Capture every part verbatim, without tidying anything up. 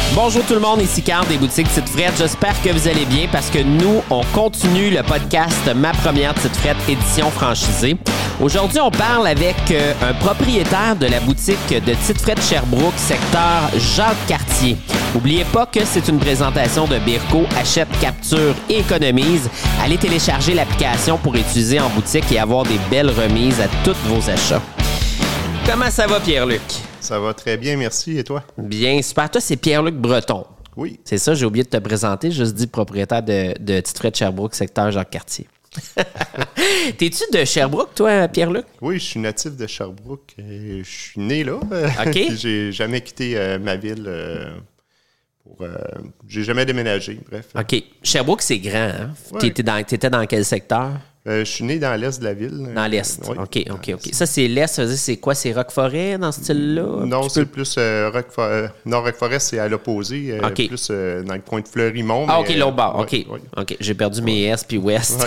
Bonjour tout le monde, ici Carl des boutiques Tite Frette. J'espère que vous allez bien parce que nous, on continue le podcast Ma Première Tite Frette, édition franchisée. Aujourd'hui, on parle avec euh, un propriétaire de la boutique de Tite Frette Sherbrooke, secteur Jacques-Cartier. N'oubliez pas que c'est une présentation de Birko, achète, capture et économise. Allez télécharger l'application pour utiliser en boutique et avoir des belles remises à tous vos achats. Comment ça va, Pierre-Luc? Ça va très bien, merci. Et toi? Bien, super. Toi, c'est Pierre-Luc Breton. Oui. C'est ça, j'ai oublié de te présenter. Juste dit propriétaire de, de Tite Frette Sherbrooke, secteur Jacques-Cartier. T'es-tu de Sherbrooke, toi, Pierre-Luc? Oui, je suis natif de Sherbrooke. Je suis né là. OK. J'ai jamais quitté euh, ma ville. Euh, pour, euh, j'ai jamais déménagé, bref. OK. Sherbrooke, c'est grand, hein? Ouais. T'étais dans, t'étais dans quel secteur? Euh, je suis né dans l'est de la ville. Dans l'est. Oui. OK, OK, OK. Ça, c'est l'est. Ça veut dire, c'est quoi? C'est Roqueforêt, dans ce style-là? Non, c'est peu... plus euh, Roqueforest. Non, Roqueforest, c'est à l'opposé. Euh, OK. Plus euh, dans le coin de Fleurimont. Ah, mais, OK, l'autre bord. euh, OK. ouais, ouais. OK. J'ai perdu mes est puis ouest.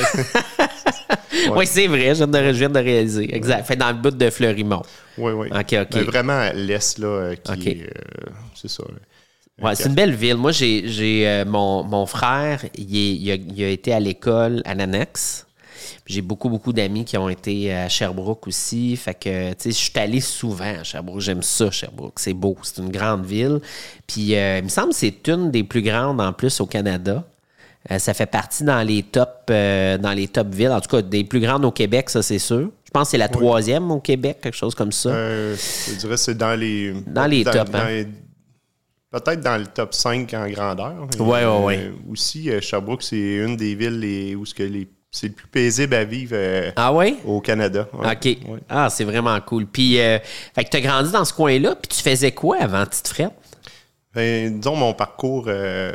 Ouais. Oui, c'est vrai. Je viens de, je viens de réaliser. Exact. Ouais. Fait dans le bout de Fleurimont. Oui, oui. OK, OK. Mais vraiment à l'est, là, euh, qui OK. est, euh, c'est ça. Ouais, c'est une belle ville. Moi, j'ai, j'ai euh, mon, mon frère, il, est, il, a, il a été à l'école à l'Annexe. J'ai beaucoup, beaucoup d'amis qui ont été à Sherbrooke aussi. Fait que, tu sais, je suis allé souvent à Sherbrooke. J'aime ça, Sherbrooke. C'est beau. C'est une grande ville. Puis, euh, il me semble que c'est une des plus grandes, en plus, au Canada. Euh, ça fait partie dans les top euh, dans les top villes. En tout cas, des plus grandes au Québec, ça, c'est sûr. Je pense que c'est la Oui. troisième au Québec, quelque chose comme ça. Euh, je dirais que c'est dans les... Dans les tops, dans hein? les- Peut-être dans le top cinq en grandeur. Ouais, Euh, ouais, ouais. Aussi, euh, Sherbrooke, c'est une des villes les- où ce que les, c'est le plus paisible à vivre euh, Ah oui? au Canada. Ouais. OK. Ouais. Ah, c'est vraiment cool. Puis, euh, fait que tu as grandi dans ce coin-là, puis tu faisais quoi avant Tite Frette? Ben, disons, mon parcours euh,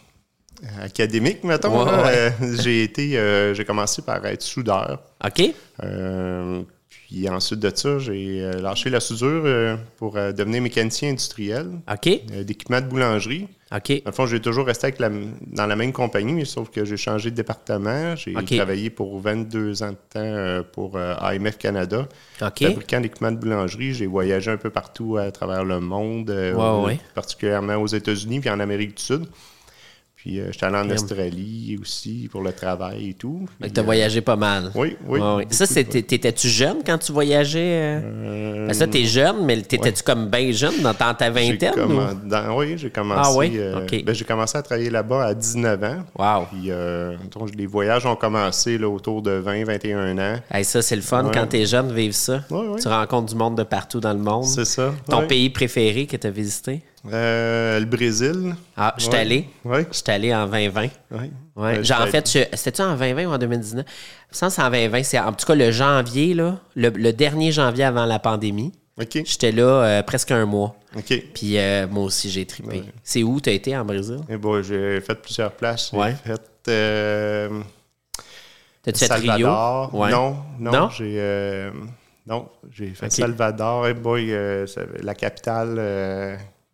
académique, mettons, Ouais, là, ouais. euh, j'ai été, euh, j'ai commencé par être soudeur. OK? Euh, puis ensuite de ça, j'ai euh, lâché la soudure euh, pour euh, devenir mécanicien industriel OK? euh, d'équipement de boulangerie. OK. Dans le fond, j'ai toujours resté avec la- dans la même compagnie, mais sauf que j'ai changé de département. J'ai OK. travaillé pour vingt-deux ans de temps euh, pour euh, A M F Canada, OK. fabricant d'équipements de boulangerie. J'ai voyagé un peu partout à travers le monde, euh, Ouais, au- ouais. particulièrement aux États-Unis puis en Amérique du Sud. Puis euh, j'étais allé en Crème. Australie aussi pour le travail et tout. Fait que Puis, tu as euh, voyagé pas mal. Oui, oui. Ouais, ouais. Ça, beaucoup, c'était, t'étais-tu jeune quand tu voyageais? euh? Euh, Parce que là, t'es jeune, mais t'étais-tu comme bien jeune dans ta, ta j'ai vingtaine? commen- ou? dans- oui, j'ai commencé. Ah oui? euh, OK. ben, j'ai commencé à travailler là-bas à dix-neuf ans. Wow. Puis euh, donc, les voyages ont commencé là, autour de vingt, vingt et un ans. Hey, ça, c'est le fun Ouais. quand t'es jeune, vivre ça. Ouais, ouais. Tu rencontres du monde de partout dans le monde. C'est ça. Ton ouais. pays préféré que tu as visité? Euh, le Brésil. Ah, je suis Ouais. allé. Oui. Je suis allé en vingt vingt. Ouais. Ouais. Euh, Genre, en j'étais- fait, je- c'était-tu en vingt vingt ou en deux mille dix-neuf? Je pense que c'est en vingt vingt. C'est en tout cas le janvier, là, le, le dernier janvier avant la pandémie. OK. J'étais là euh, presque un mois. OK. Puis euh, moi aussi, j'ai trippé. Ouais. C'est où tu as été en Brésil? Eh ben, j'ai fait plusieurs places. J'ai Ouais. fait euh, T'as-tu fait Salvador. Rio? Ouais. Non, non. Non? J'ai, euh, non, j'ai fait OK. Salvador. Eh boy, euh, ça- la capitale, euh,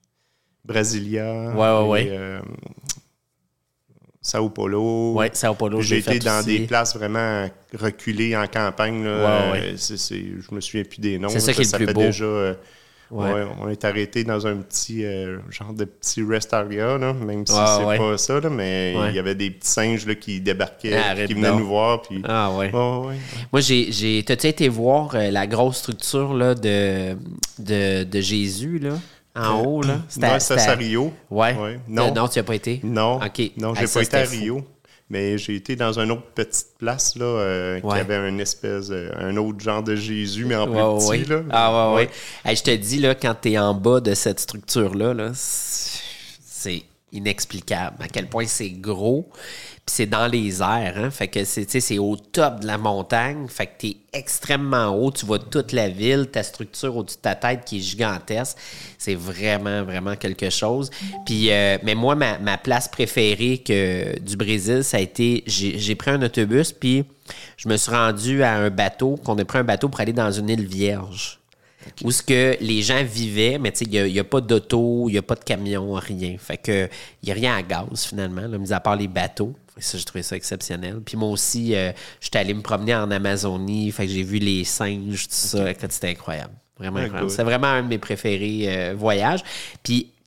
Brasilia. Ouais, ouais, et, ouais. euh, Sao Paulo. Ouais, Sao Paulo, J'ai j'ai été fait dans aussi. des places vraiment reculées en campagne. Là. Ouais, ouais. Euh, c'est, c'est, je me souviens plus des noms. C'est ça qui est le ça plus fait beau. Déjà, euh, Ouais. ouais, on est arrêté dans un petit euh, genre de petit rest area, là, même si Ouais, c'est ouais. pas ça, là, mais Ouais. il y avait des petits singes là, qui débarquaient, Ah, arrête qui venaient donc. nous voir. Puis... Ah ouais. Ouais, ouais, ouais. Moi, j'ai, j'ai... T'as-tu été voir euh, la grosse structure là, de, de, de Jésus, là, en haut, là? Ouais, c'était à Rio. Ouais. Ouais. Non. Non. non, tu n'y as pas été? Non, OK. non, j'ai Ah, ça, pas été à c'était fou. Rio. Mais j'ai été dans une autre petite place là, euh, Ouais. qui avait un espèce, euh, un autre genre de Jésus, mais en plus Ouais, petit. ouais. Là. Ah ouais, ouais. Hey, je te dis, là, quand tu es en bas de cette structure-là, là, c'est c'est inexplicable à quel point c'est gros. Puis c'est dans les airs, hein? Fait que c'est, tu sais, c'est au top de la montagne. Fait que t'es extrêmement haut. Tu vois toute la ville, ta structure au-dessus de ta tête qui est gigantesque. C'est vraiment, vraiment quelque chose. Puis, euh, mais moi, ma, ma place préférée que, du Brésil, ça a été... J'ai, j'ai pris un autobus, puis je me suis rendu à un bateau, qu'on a pris un bateau pour aller dans une île vierge. Où ce que les gens vivaient, mais tu sais, il n'y a, a pas d'auto, il n'y a pas de camion, rien. Fait que il n'y a rien à gaz, finalement, là, mis à part les bateaux. Ça, j'ai trouvé ça exceptionnel. Puis moi aussi, euh, j'étais allé me promener en Amazonie, fait que j'ai vu les singes, tout ça. Écoute, c'était incroyable. Vraiment Ouais, incroyable. cool. C'est vraiment un de mes préférés euh, voyages. Puis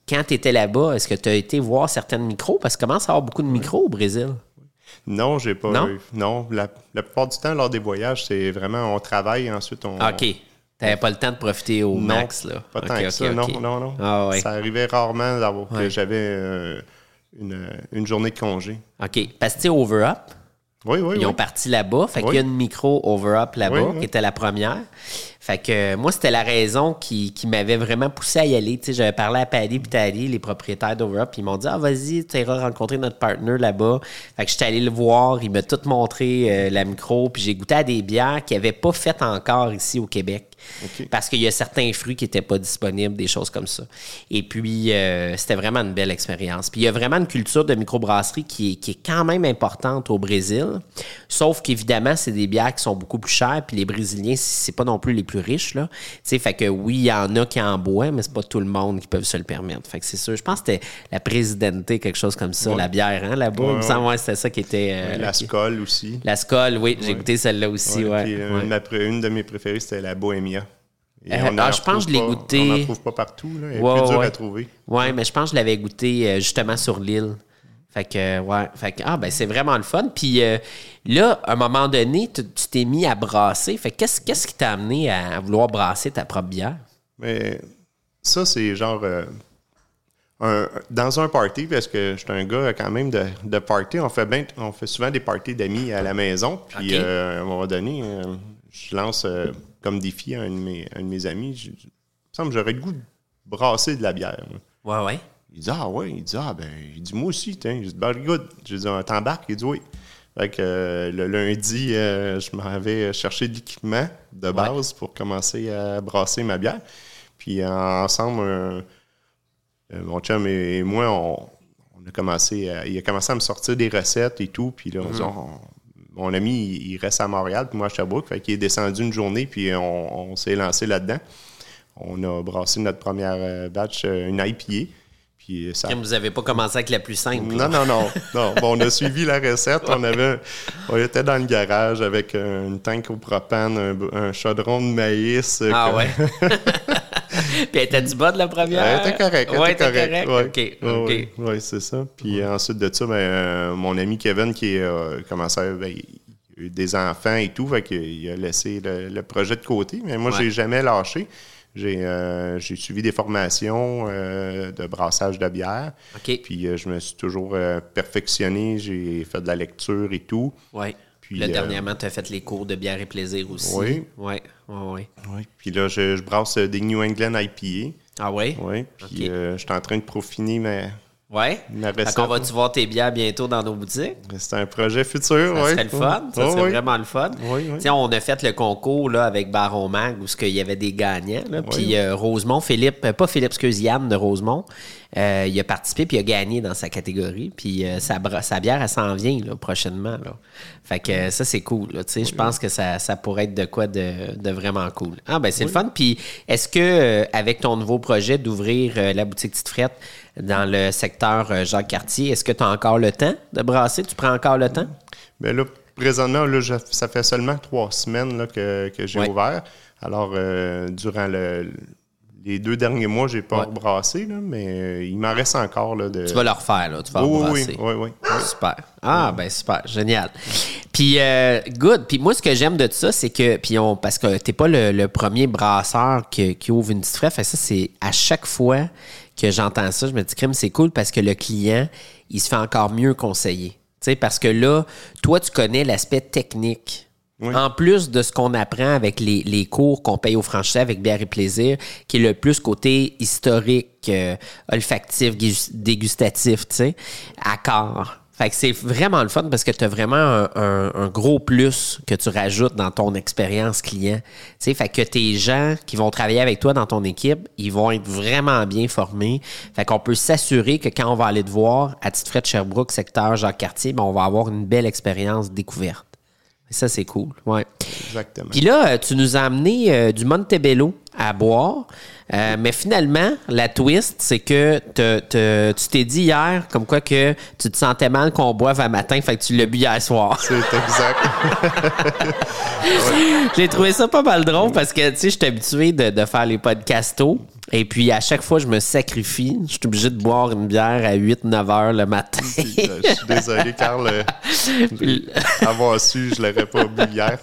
quand tu étais là-bas, est-ce que tu as été voir certaines micros? Parce qu'il commence à y avoir beaucoup de micros au Brésil. Non, j'ai pas non? eu. Non, la, la plupart du temps, lors des voyages, c'est vraiment, on travaille, ensuite on... OK. Tu n'avais pas le temps de profiter au non, max, là? Pas okay, tant okay, que ça, okay. non, non, non. Ah, ouais. Ça arrivait rarement d'avoir ouais. que j'avais euh, une, une journée de congé. OK. Parce que tu sais, Over Up, oui, oui, ils oui. ont parti là-bas. Fait oui. qu'il y a une micro Over Up là-bas, oui, oui. qui était la première. Fait que euh, moi, c'était la raison qui, qui m'avait vraiment poussé à y aller. Tu sais, j'avais parlé à Paddy et Tally, les propriétaires d'Over Up, puis ils m'ont dit « Ah, vas-y, tu iras rencontrer notre partner là-bas. » Fait que j'étais allé le voir, il m'a tout montré euh, la micro, puis j'ai goûté à des bières qu'il n'avait pas faites encore ici au Québec. Okay. Parce qu'il y a certains fruits qui n'étaient pas disponibles, des choses comme ça. Et puis, euh, c'était vraiment une belle expérience. Puis, il y a vraiment une culture de microbrasserie qui est, qui est quand même importante au Brésil. Sauf qu'évidemment, c'est des bières qui sont beaucoup plus chères. Puis, les Brésiliens, c'est pas non plus les plus riches, là. Tu sais, fait que oui, il y en a qui en boivent, mais c'est pas tout le monde qui peut se le permettre. Fait que c'est sûr. Je pense que c'était la Présidente, quelque chose comme ça, ouais. La bière, hein, là-bas. Ouais, il me semble, ouais, c'était ça qui était. Euh, ouais, la Skol aussi. La Skol, oui, j'ai ouais. goûté celle-là aussi, ouais. Puis, ouais. Une, après, une de mes préférées, c'était la Bohémia. Euh, ah, je pense que je l'ai goûté. On n'en trouve pas partout, là. Elle est ouais, plus dure ouais. à trouver. Oui, ouais, mais je pense que je l'avais goûté euh, justement sur l'île. Fait que, ouais. Fait que, ah, ben, c'est vraiment le fun. Puis euh, là, à un moment donné, tu, tu t'es mis à brasser. Fait que qu'est-ce, qu'est-ce qui t'a amené à, à vouloir brasser ta propre bière? Mais ça, c'est genre. Euh, un, dans un party, parce que je suis un gars quand même de, de party. On fait, ben, on fait souvent des parties d'amis à la maison. Puis okay. euh, à un moment donné, euh, je lance. Euh, comme défi à un de mes, un de mes amis, je, il me semble que j'aurais le goût de brasser de la bière. Ouais, ouais. Il dit, ah ouais, il dit, ah ben, il dit, moi aussi, tiens. J'ai dit, very good. J'ai dit, t'embarques? Il dit, oui. Fait que euh, le lundi, euh, je m'en vais chercher de l'équipement de base ouais. pour commencer à brasser ma bière. Puis euh, ensemble, euh, mon chum et, et moi, on, on a commencé à, il a commencé à me sortir des recettes et tout. Puis là, on mm-hmm. dit, on, mon ami, il reste à Montréal, puis moi à Sherbrooke. Fait qu'il est descendu une journée, puis on, on s'est lancé là-dedans. On a brassé notre première batch, une I P A. Puis ça... Vous n'avez pas commencé avec la plus simple. Non, non, non. non. Bon, on a suivi la recette. On avait, on était dans le garage avec une tank au propane, un, un chaudron de maïs. Ah que... ouais? Puis elle était du bas de la première? Elle était correcte. Elle ouais, était correcte. correct. Ouais. OK. Oui, okay. ouais, c'est ça. Puis ouais. ensuite de ça, ben, euh, mon ami Kevin qui a euh, commencé à... Ben, il a eu des enfants et tout, fait qu'il a laissé le, le projet de côté. Mais moi, ouais. j'ai jamais lâché. J'ai, euh, j'ai suivi des formations euh, de brassage de bière. Okay. Puis euh, je me suis toujours euh, perfectionné. J'ai fait de la lecture et tout. Oui. Puis là, euh, dernièrement, tu as fait les cours de bière et plaisir aussi. Oui. Oui, oui, oui. oui. Puis là, je, je brasse des New England I P A. Ah oui? Oui. Puis okay. euh, je suis en train de peaufiner ma, ouais? ma recette. Fait qu'on va-tu voir tes bières bientôt dans nos boutiques? C'est un projet futur, oui. Ça ouais. serait le fun. Ça oh, serait oui. vraiment le fun. Oui, oui. T'sais, on a fait le concours là, avec Baron Mag où il y avait des gagnants. Là, oui. Puis euh, Rosemont, Philippe, euh, pas Philippe, excuse, Yann de Rosemont, euh, il a participé puis il a gagné dans sa catégorie. Puis euh, sa, sa bière, elle s'en vient là, prochainement. Là. Fait que euh, ça, c'est cool. Je oui. pense que ça, ça pourrait être de quoi de, de vraiment cool. Ah, ben c'est oui. le fun. Puis est-ce que, euh, avec ton nouveau projet d'ouvrir euh, la boutique Tite Frette dans le secteur euh, Jacques-Cartier, est-ce que tu as encore le temps de brasser? Tu prends encore le temps? Bien là, présentement, là, je, ça fait seulement trois semaines là, que, que j'ai ouais. ouvert. Alors, euh, durant le, les deux derniers mois, j'ai pas ouais. rebrassé, là, mais euh, il m'en reste encore. Là, de... Tu vas le refaire, là. Tu vas oui, rebrasser. Oui, oui, oui. Super. Ah, ben super. Génial. Puis, euh, good. Puis moi, ce que j'aime de ça, c'est que, puis on, parce que t'es pas le, le premier brasseur qui, qui ouvre une Tite Frette. Fait que ça, c'est à chaque fois que j'entends ça, je me dis, crème, c'est cool parce que le client, il se fait encore mieux conseiller. Tu sais, parce que là, toi, tu connais l'aspect technique. Oui. En plus de ce qu'on apprend avec les, les cours qu'on paye au franchisés avec Bière et Plaisir, qui est le plus côté historique, euh, olfactif, dégustatif, tu sais, accord. Fait que c'est vraiment le fun parce que tu as vraiment un, un, un gros plus que tu rajoutes dans ton expérience client. Tu sais, fait que tes gens qui vont travailler avec toi dans ton équipe, ils vont être vraiment bien formés. Fait qu'on peut s'assurer que quand on va aller te voir à Tite Frette Sherbrooke, secteur Jacques-Cartier, ben on va avoir une belle expérience découverte. Et ça, c'est cool. Ouais. Exactement. Puis là, tu nous as amené euh, du Montebello à boire. Euh, mais finalement, la twist, c'est que te, te, tu t'es dit hier, comme quoi que tu te sentais mal qu'on boive à matin, fait que tu l'as bu hier soir. C'est exact. ouais. J'ai trouvé ça pas mal drôle parce que, tu sais, je suis habitué de, de faire les podcastos. Et puis, à chaque fois, je me sacrifie. Je suis obligé de boire une bière à huit neuf heures le matin. Puis, euh, je suis désolé, Carl. Euh, avoir su, je l'aurais pas bu hier.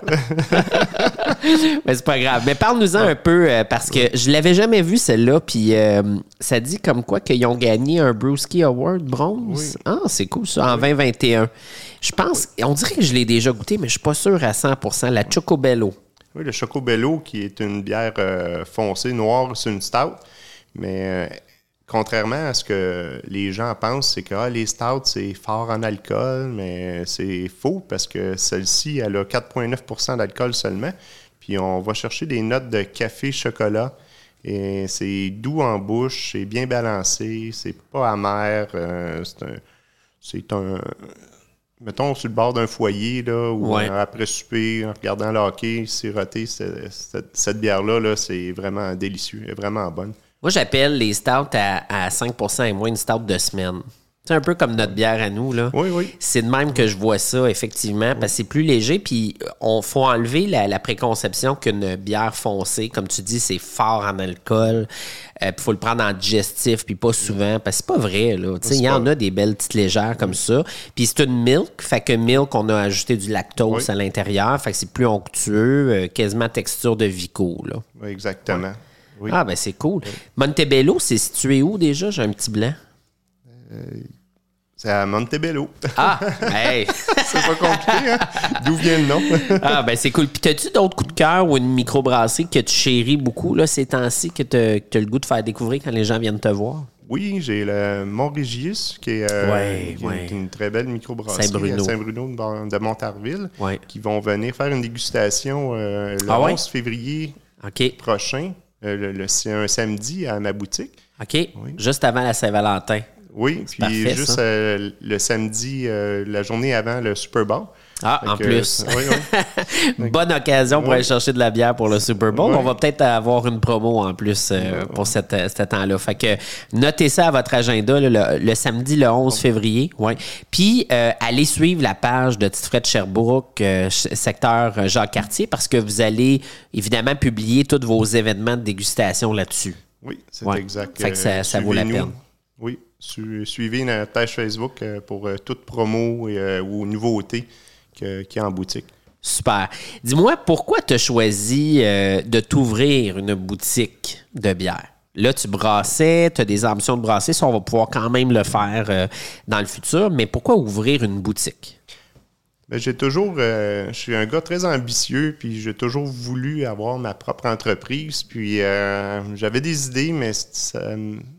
Mais c'est pas grave. Mais parle-nous-en un peu, euh, parce que je l'avais jamais vu, celle-là. Puis, euh, ça dit comme quoi qu'ils ont gagné un Brewski Award bronze. Oui. Ah, c'est cool, ça, en vingt vingt et un. Je pense, on dirait que je l'ai déjà goûté, mais je suis pas sûr à cent pour cent. La Chocobello. Oui, le Chocobello, qui est une bière euh, foncée, noire, c'est une stout. Mais euh, contrairement à ce que les gens pensent, c'est que ah, les stouts, c'est fort en alcool, mais c'est faux parce que celle-ci, elle a quatre virgule neuf pour cent d'alcool seulement. Puis on va chercher des notes de café, chocolat. Et c'est doux en bouche, c'est bien balancé, c'est pas amer. Euh, c'est un... C'est un mettons, sur le bord d'un foyer, là, ou ouais. après souper, en regardant le hockey, siroter cette, cette, cette bière-là, là, c'est vraiment délicieux. Elle est vraiment bonne. Moi, j'appelle les stouts à, à cinq pour cent et moins une stout de semaine. C'est un peu comme notre bière à nous, là. Oui, oui. C'est de même que je vois ça, effectivement, parce que c'est plus léger, puis on faut enlever la, la préconception qu'une bière foncée, comme tu dis, c'est fort en alcool, euh, puis il faut le prendre en digestif, puis pas souvent, parce que c'est pas vrai, là. Tu sais, il y en pas... a des belles petites légères comme ça. Puis c'est une milk, fait que milk, on a ajouté du lactose oui. à l'intérieur, fait que c'est plus onctueux, euh, quasiment texture de Vico, là. Oui, exactement. Ouais. Oui. Ah, ben c'est cool. Oui. Montebello, c'est situé où déjà? J'ai un petit blanc. Euh, c'est à Montebello. Ah, hey! C'est pas compliqué, hein? D'où vient le nom? Ah, ben c'est cool. Puis t'as-tu d'autres coups de cœur ou une microbrasserie que tu chéris beaucoup, là, ces temps-ci, que tu as le goût de faire découvrir quand les gens viennent te voir? Oui, j'ai le Mont-Régius, qui est, euh, ouais, qui ouais. est une très belle microbrasserie Saint-Bruno. à Saint-Bruno de Montarville, ouais. qui vont venir faire une dégustation euh, le ah, ouais? onze février okay. prochain. Euh, le, le, c'est un samedi à ma boutique. OK. Oui. Juste avant la Saint-Valentin. Oui, c'est puis parfait, juste euh, le samedi, euh, la journée avant le Super Bowl. Ah, fait en que, plus. Euh, oui, oui. Bonne occasion pour oui. aller chercher de la bière pour le Super Bowl. Oui. On va peut-être avoir une promo en plus euh, oui. pour cette, ce temps-là. Fait que notez ça à votre agenda là, le, le samedi, le onze février. Ouais. Puis, euh, allez suivre la page de Tite Frette Sherbrooke, euh, secteur Jacques-Cartier, parce que vous allez évidemment publier tous vos événements de dégustation là-dessus. Oui, c'est ouais. exact. Fait que ça, ça vaut la peine. Oui, su- suivez notre page Facebook euh, pour euh, toute promo et, euh, ou nouveautés que, qui est en boutique. Super. Dis-moi, pourquoi tu as choisi euh, de t'ouvrir une boutique de bière? Là, tu brassais, tu as des ambitions de brasser, ça, on va pouvoir quand même le faire euh, dans le futur, mais pourquoi ouvrir une boutique? Bien, j'ai toujours, euh, je suis un gars très ambitieux, puis j'ai toujours voulu avoir ma propre entreprise, puis euh, j'avais des idées, mais ça,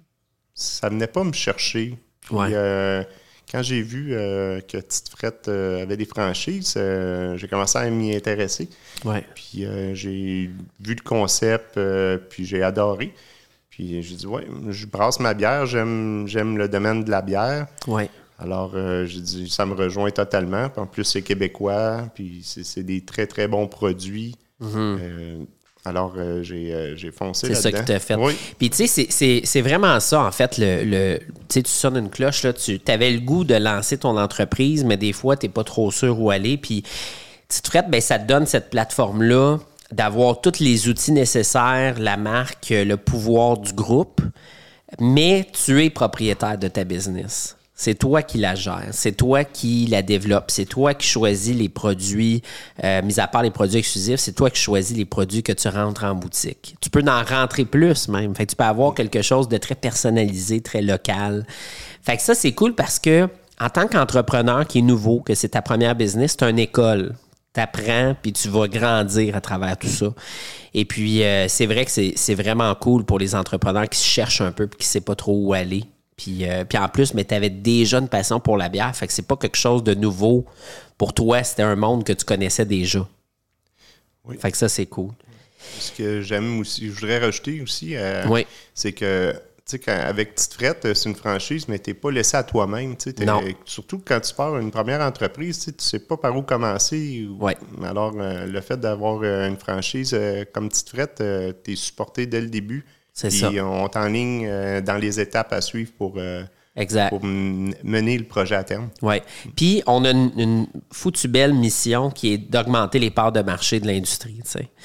ça venait pas me chercher. Puis, ouais. euh, quand j'ai vu euh, que Tite Frette euh, avait des franchises, euh, j'ai commencé à m'y intéresser. Ouais. Puis euh, j'ai vu le concept, euh, puis j'ai adoré. Puis j'ai dit, ouais, je brasse ma bière, j'aime, j'aime le domaine de la bière. Ouais. Alors, euh, j'ai dit, ça me rejoint totalement. Puis en plus, c'est québécois, puis c'est, c'est des très, très bons produits. Mm-hmm. Euh, alors, euh, j'ai, euh, j'ai foncé c'est là-dedans. C'est ça qui t'a fait. Oui. Puis, tu sais, c'est, c'est, c'est vraiment ça, en fait. Le, le, tu sais, tu sonnes une cloche, là, tu avais le goût de lancer ton entreprise, mais des fois, tu n'es pas trop sûr où aller. Puis, Tite Frette, ben, ça te donne cette plateforme-là d'avoir tous les outils nécessaires, la marque, le pouvoir du groupe, mais tu es propriétaire de ta business. C'est toi qui la gères, c'est toi qui la développe, c'est toi qui choisis les produits, euh, mis à part les produits exclusifs, c'est toi qui choisis les produits que tu rentres en boutique. Tu peux en rentrer plus même, fait que tu peux avoir quelque chose de très personnalisé, très local. Fait que ça, c'est cool parce que en tant qu'entrepreneur qui est nouveau, que c'est ta première business, c'est une école. Tu apprends, puis tu vas grandir à travers tout ça. Et puis, euh, c'est vrai que c'est, c'est vraiment cool pour les entrepreneurs qui se cherchent un peu puis qui ne savent pas trop où aller. Puis, euh, puis en plus, mais tu avais déjà une passion pour la bière, fait que c'est pas quelque chose de nouveau pour toi, c'était un monde que tu connaissais déjà. Oui. Fait que ça, c'est cool. Ce que j'aime aussi, je voudrais rajouter aussi, euh, oui. c'est que, tu sais, avec Tite Frette, c'est une franchise, mais tu n'es pas laissé à toi-même. Non. Surtout quand tu pars une première entreprise, tu ne sais pas par où commencer. Oui. Alors, euh, le fait d'avoir euh, une franchise euh, comme Tite Frette, euh, tu es supporté dès le début. C'est Puis ça. on t'enligne euh, dans les étapes à suivre pour, euh, exact. pour m- mener le projet à terme. Oui. Puis on a une, une foutue belle mission qui est d'augmenter les parts de marché de l'industrie. Tu sais.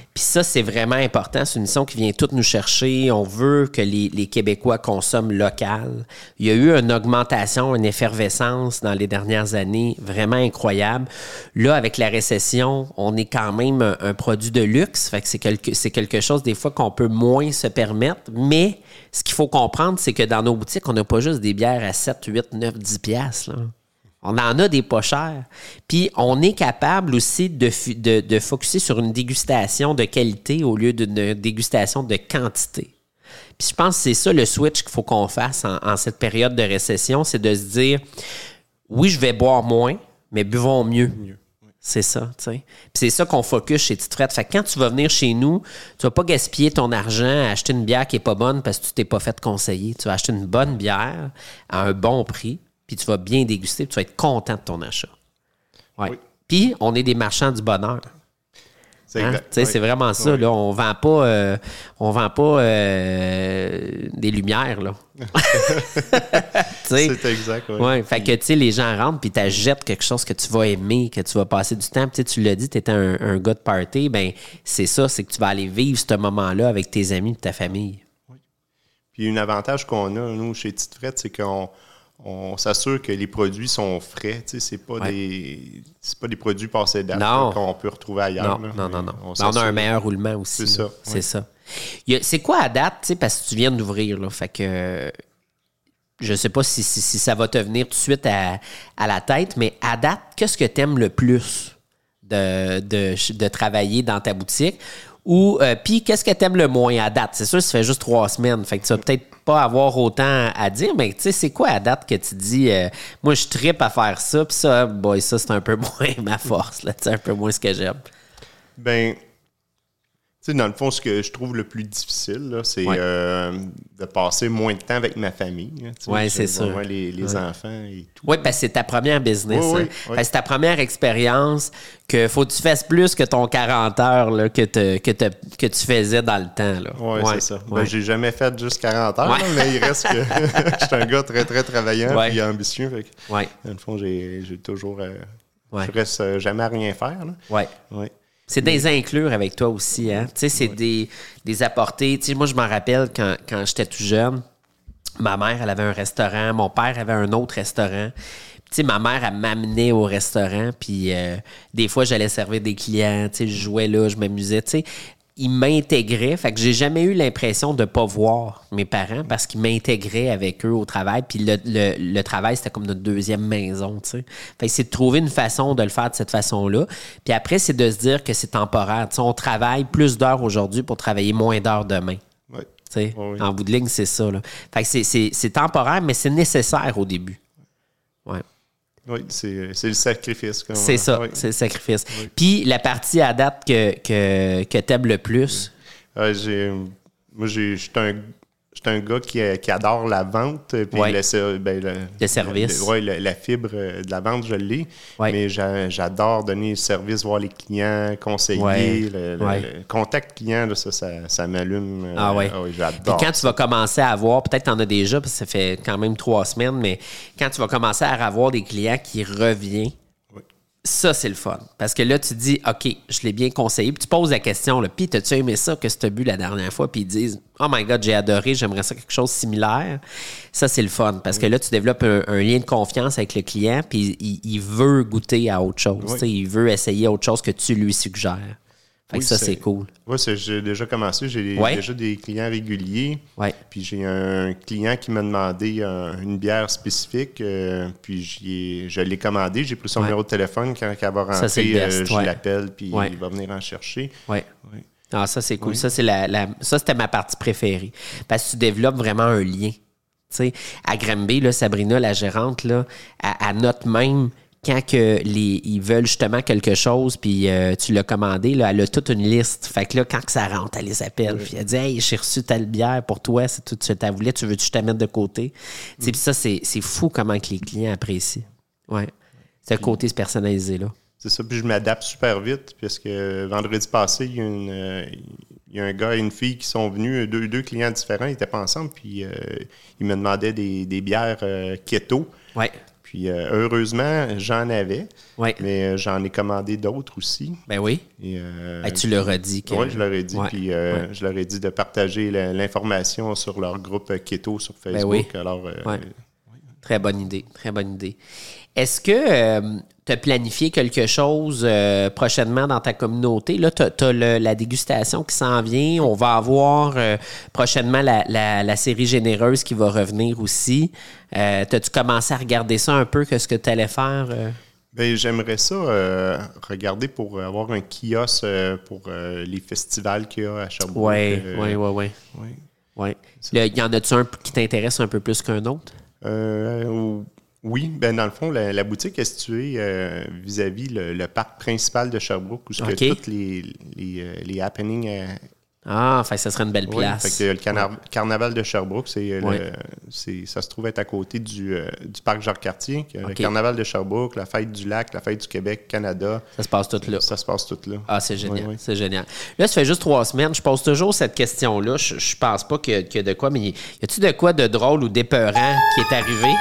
Puis ça, c'est vraiment important. C'est une mission qui vient toutes nous chercher. On veut que les, les Québécois consomment local. Il y a eu une augmentation, une effervescence dans les dernières années vraiment incroyable. Là, avec la récession, on est quand même un, un produit de luxe. Fait que c'est quelque, c'est quelque chose des fois qu'on peut moins se permettre. Mais ce qu'il faut comprendre, c'est que dans nos boutiques, on n'a pas juste des bières à sept, huit, neuf, dix piastres, là. On en a des pas chers. Puis, on est capable aussi de, de, de focusser sur une dégustation de qualité au lieu d'une dégustation de quantité. Puis, je pense que c'est ça le switch qu'il faut qu'on fasse en, en cette période de récession, c'est de se dire, oui, je vais boire moins, mais buvons mieux. mieux. C'est ça, tu sais. Puis c'est ça qu'on focus chez Tite Frette. Fait que quand tu vas venir chez nous, tu vas pas gaspiller ton argent à acheter une bière qui est pas bonne parce que tu t'es pas fait conseiller. Tu vas acheter une bonne bière à un bon prix, puis tu vas bien déguster, puis tu vas être content de ton achat. Ouais. Oui. Puis, on est des marchands du bonheur. C'est, hein? oui. C'est vraiment ça. Oui. Là, on vend pas, euh, on vend pas euh, des lumières. Là. C'est exact. Oui. Ouais, fait que tu sais, les gens rentrent puis t'achètes quelque chose que tu vas aimer, que tu vas passer du temps. Puis tu l'as dit, tu étais un, un gars de party. Ben, c'est ça, c'est que tu vas aller vivre ce moment-là avec tes amis et ta famille. Oui. Puis, un avantage qu'on a, nous, chez Tite Frette, c'est qu'on on s'assure que les produits sont frais. Tu sais, c'est pas ouais. des c'est pas des produits passés date qu'on peut retrouver ailleurs. Non, là. non, non, non. On, on a un meilleur roulement aussi. C'est là. ça. C'est ouais. ça. Il y a, c'est quoi à date, tu sais, parce que tu viens d'ouvrir, là, fait que je sais pas si, si, si ça va te venir tout de suite à, à la tête, mais à date, qu'est-ce que tu aimes le plus de, de, de travailler dans ta boutique? Ou euh, puis qu'est-ce que t'aimes le moins à date? C'est sûr, ça fait juste trois semaines. Fait que tu vas peut-être pas avoir autant à dire, mais tu sais, c'est quoi à date que tu dis euh, moi je trippe à faire ça, puis ça, boy, ça, c'est un peu moins ma force, là, c'est un peu moins ce que j'aime. Ben, tu sais, dans le fond, ce que je trouve le plus difficile, là, c'est ouais. euh, de passer moins de temps avec ma famille. Oui, c'est sûr. Les, les ouais. enfants et tout. Oui, parce que c'est ta première business. Oui, hein. oui, oui. C'est ta première expérience que faut que tu fasses plus que ton quarante heures là, que, te, que, te, que tu faisais dans le temps. Oui, ouais, c'est ça. Ouais. Ben, j'ai jamais fait juste quarante heures, ouais. là, mais il reste que je suis un gars très, très travaillant ouais. et ambitieux. Fait que, ouais. Dans le fond, j'ai, j'ai toujours... Euh, ouais. Je reste jamais à rien faire. Oui. Ouais. C'est des inclure avec toi aussi, hein? Tu sais, c'est ouais. des, des apportés. Tu sais, moi, je m'en rappelle quand, quand j'étais tout jeune, ma mère, elle avait un restaurant, mon père avait un autre restaurant. Tu sais, ma mère, elle m'amenait au restaurant, puis euh, des fois, j'allais servir des clients, tu sais, je jouais là, je m'amusais, tu sais. Ils m'intégraient, fait que j'ai jamais eu l'impression de pas voir mes parents parce qu'ils m'intégraient avec eux au travail, puis le, le, le travail, c'était comme notre deuxième maison, tu sais. Fait que c'est de trouver une façon de le faire de cette façon-là. Puis après, c'est de se dire que c'est temporaire. Tu sais, on travaille plus d'heures aujourd'hui pour travailler moins d'heures demain. Oui. Tu sais, oui, oui. En bout de ligne, c'est ça, là. Fait que c'est, c'est, c'est temporaire, mais c'est nécessaire au début. Ouais. Oui, c'est, c'est le sacrifice. Comme c'est ça, oui. c'est le sacrifice. Oui. Puis la partie à date que, que, que tu aimes le plus? Euh, j'ai, moi, j'ai, je suis un, un gars qui, qui adore la vente. Puis ouais. le, ben, le, le service. Oui, la, la fibre de la vente, je l'ai. Ouais. Mais j'a, j'adore donner le service, voir les clients, conseiller. Ouais. Le, le, ouais. le contact client, là, ça, ça, ça m'allume. Ah oui. Euh, oui, j'adore. Puis quand tu vas commencer à avoir, peut-être que tu en as déjà, parce que ça fait quand même trois semaines, mais quand tu vas commencer à avoir des clients qui reviennent, oui. ça, c'est le fun. Parce que là, tu dis, OK, je l'ai bien conseillé. Puis tu poses la question, là, puis t'as-tu aimé ça que tu as bu la dernière fois? Puis ils disent, oh my God, j'ai adoré, j'aimerais ça quelque chose de similaire. Ça, c'est le fun. Parce oui. que là, tu développes un, un lien de confiance avec le client, puis il, il veut goûter à autre chose. Oui. Il veut essayer autre chose que tu lui suggères. Fait que oui, ça, c'est, c'est cool. Oui, c'est, j'ai déjà commencé. J'ai ouais. déjà des clients réguliers. Ouais. Puis j'ai un client qui m'a demandé un, une bière spécifique. Euh, puis j'y ai, je l'ai commandé. J'ai pris son ouais. numéro de téléphone. Quand elle va rentrer, ça, euh, je ouais. l'appelle. Puis ouais. il va venir en chercher. Oui. Ouais. Ah, ça, c'est cool. Oui. Ça, c'est la, la, ça, c'était ma partie préférée. Parce que tu développes vraiment un lien. Tu sais, à Granby, là, Sabrina, la gérante, là, à, à note même... Quand que les, ils veulent justement quelque chose, puis euh, tu l'as commandé, là, elle a toute une liste. Fait que là, quand que ça rentre, elle les appelle. Oui. Puis elle dit « Hey, j'ai reçu telle bière pour toi, c'est tout ce que tu voulais, tu veux-tu je te mettre de côté? Mm. » Puis ça, c'est, c'est fou comment que les clients apprécient. Ouais. C'est le côté personnalisé, là. C'est ça, puis je m'adapte super vite, puisque vendredi passé, il y a, une, euh, il y a un gars et une fille qui sont venus, deux, deux clients différents, ils n'étaient pas ensemble, puis euh, ils me demandaient des, des bières euh, keto. Ouais. Puis euh, heureusement, j'en avais, ouais. mais euh, j'en ai commandé d'autres aussi. Ben oui. Et, euh, ben, tu leur as dit. Que... Oui, je leur ai dit. Ouais. Puis euh, ouais. je leur ai dit de partager la, l'information sur leur groupe Keto sur Facebook. Ben oui. Alors, euh, ouais. Très bonne idée. Très bonne idée. Est-ce que euh, tu as planifié quelque chose euh, prochainement dans ta communauté? Là, tu as la dégustation qui s'en vient. On va avoir euh, prochainement la, la, la série Généreuse qui va revenir aussi. Euh, T'as-tu commencé à regarder ça un peu, qu'est-ce que tu allais faire? Euh? Bien, j'aimerais ça euh, regarder pour avoir un kiosque euh, pour euh, les festivals qu'il y a à Sherbrooke. Oui, euh, oui, oui, oui. Ouais. Il y en a-tu un qui t'intéresse un peu plus qu'un autre? Euh, oui, ben dans le fond, la, la boutique est située euh, vis-à-vis le, le parc principal de Sherbrooke, où okay. que tous les, les, les happenings... Euh, ah, fait, ça serait une belle place. Oui, fait que le carna- ouais. carnaval de Sherbrooke, c'est, ouais. le, c'est, ça se trouve être à côté du, euh, du parc Jacques-Cartier. Okay. Le carnaval de Sherbrooke, la fête du lac, la fête du Québec, Canada. Ça se passe tout là. Ça se passe tout là. Ah, c'est génial, oui, oui. c'est génial. Là, ça fait juste trois semaines. Je pose toujours cette question-là. Je, je pense pas qu'il y, qu'il y a de quoi, mais y a-tu de quoi de drôle ou d'épeurant qui est arrivé?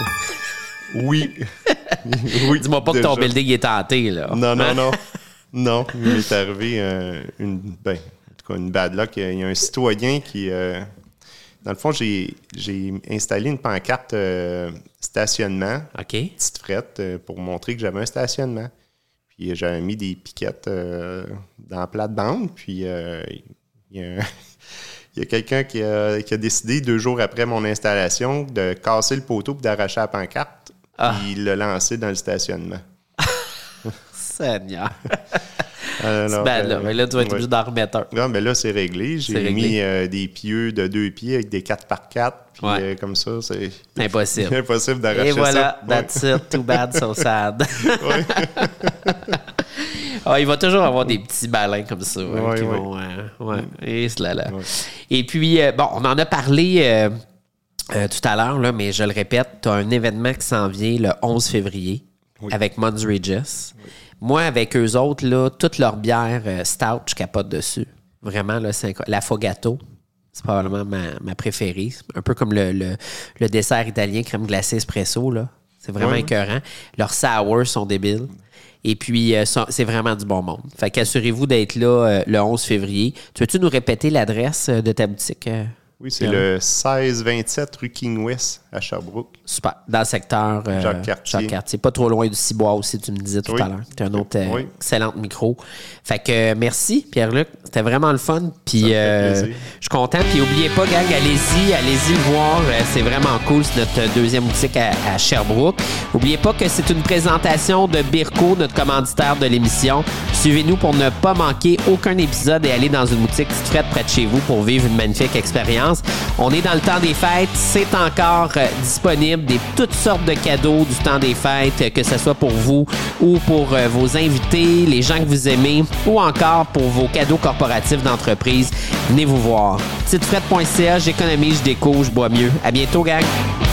Oui. oui. Dis-moi pas déjà. Que ton building est tenté, là. Non, non, non. Non, il m'est arrivé euh, une... Ben, une bad luck. Il y a un citoyen qui... Euh, dans le fond, j'ai, j'ai installé une pancarte euh, stationnement, okay. petite frette, euh, pour montrer que j'avais un stationnement. Puis j'avais mis des piquettes euh, dans la plate-bande. Puis euh, il y a, il y a quelqu'un qui a, qui a décidé, deux jours après mon installation, de casser le poteau et d'arracher la pancarte. Ah. Puis il l'a lancé dans le stationnement. Seigneur! Alors, c'est bad, là. Euh, mais là, tu vas être obligé ouais. d'en remettre un. Non, mais là, c'est réglé. J'ai c'est réglé. mis euh, des pieux de deux pieds avec des quatre par quatre. Puis ouais. euh, comme ça, c'est... Impossible. Impossible d'arracher ça. Et voilà, ça. That's ouais. it. Too bad, so sad. ah, il va toujours avoir des petits balins comme ça. Ouais, hein, qui ouais. vont... Euh, ouais. Et cela là. Ouais. Et puis, euh, bon, on en a parlé... Euh, euh, tout à l'heure, là, mais je le répète, tu as un événement qui s'en vient le onze février oui. avec Mons Regis. Oui. Moi, avec eux autres, là, toute leur bière euh, stout, je capote dessus. Vraiment, là, c'est inc... l'affogato, c'est probablement ma, ma préférée. Un peu comme le, le, le dessert italien crème glacée espresso, là. C'est vraiment oui. écœurant. Leurs sours sont débiles. Et puis, euh, c'est vraiment du bon monde. Fait qu'assurez-vous d'être là euh, le onze février. Tu veux-tu nous répéter l'adresse de ta boutique? Euh? Oui, c'est le seize vingt-sept rue King-West à Sherbrooke. Super. Dans le secteur euh, Jacques-Cartier. Jacques-Cartier. Pas trop loin du Cibois aussi, tu me disais tout oui. à l'heure. Tu as un autre euh, oui. excellent micro. Fait que euh, merci, Pierre-Luc. C'était vraiment le fun. Puis euh, je suis content. Puis n'oubliez pas, gang, allez-y, allez-y le voir. Euh, c'est vraiment cool. C'est notre deuxième boutique à, à Sherbrooke. N'oubliez pas que c'est une présentation de Birko, notre commanditaire de l'émission. Suivez-nous pour ne pas manquer aucun épisode et aller dans une boutique toute frette près de chez vous pour vivre une magnifique expérience. On est dans le temps des fêtes. C'est encore euh, disponible des toutes sortes de cadeaux du temps des fêtes, que ce soit pour vous ou pour euh, vos invités, les gens que vous aimez ou encore pour vos cadeaux corporatifs d'entreprise. Venez vous voir. petite frette point c a, j'économise, je découvre, je bois mieux. À bientôt, gang!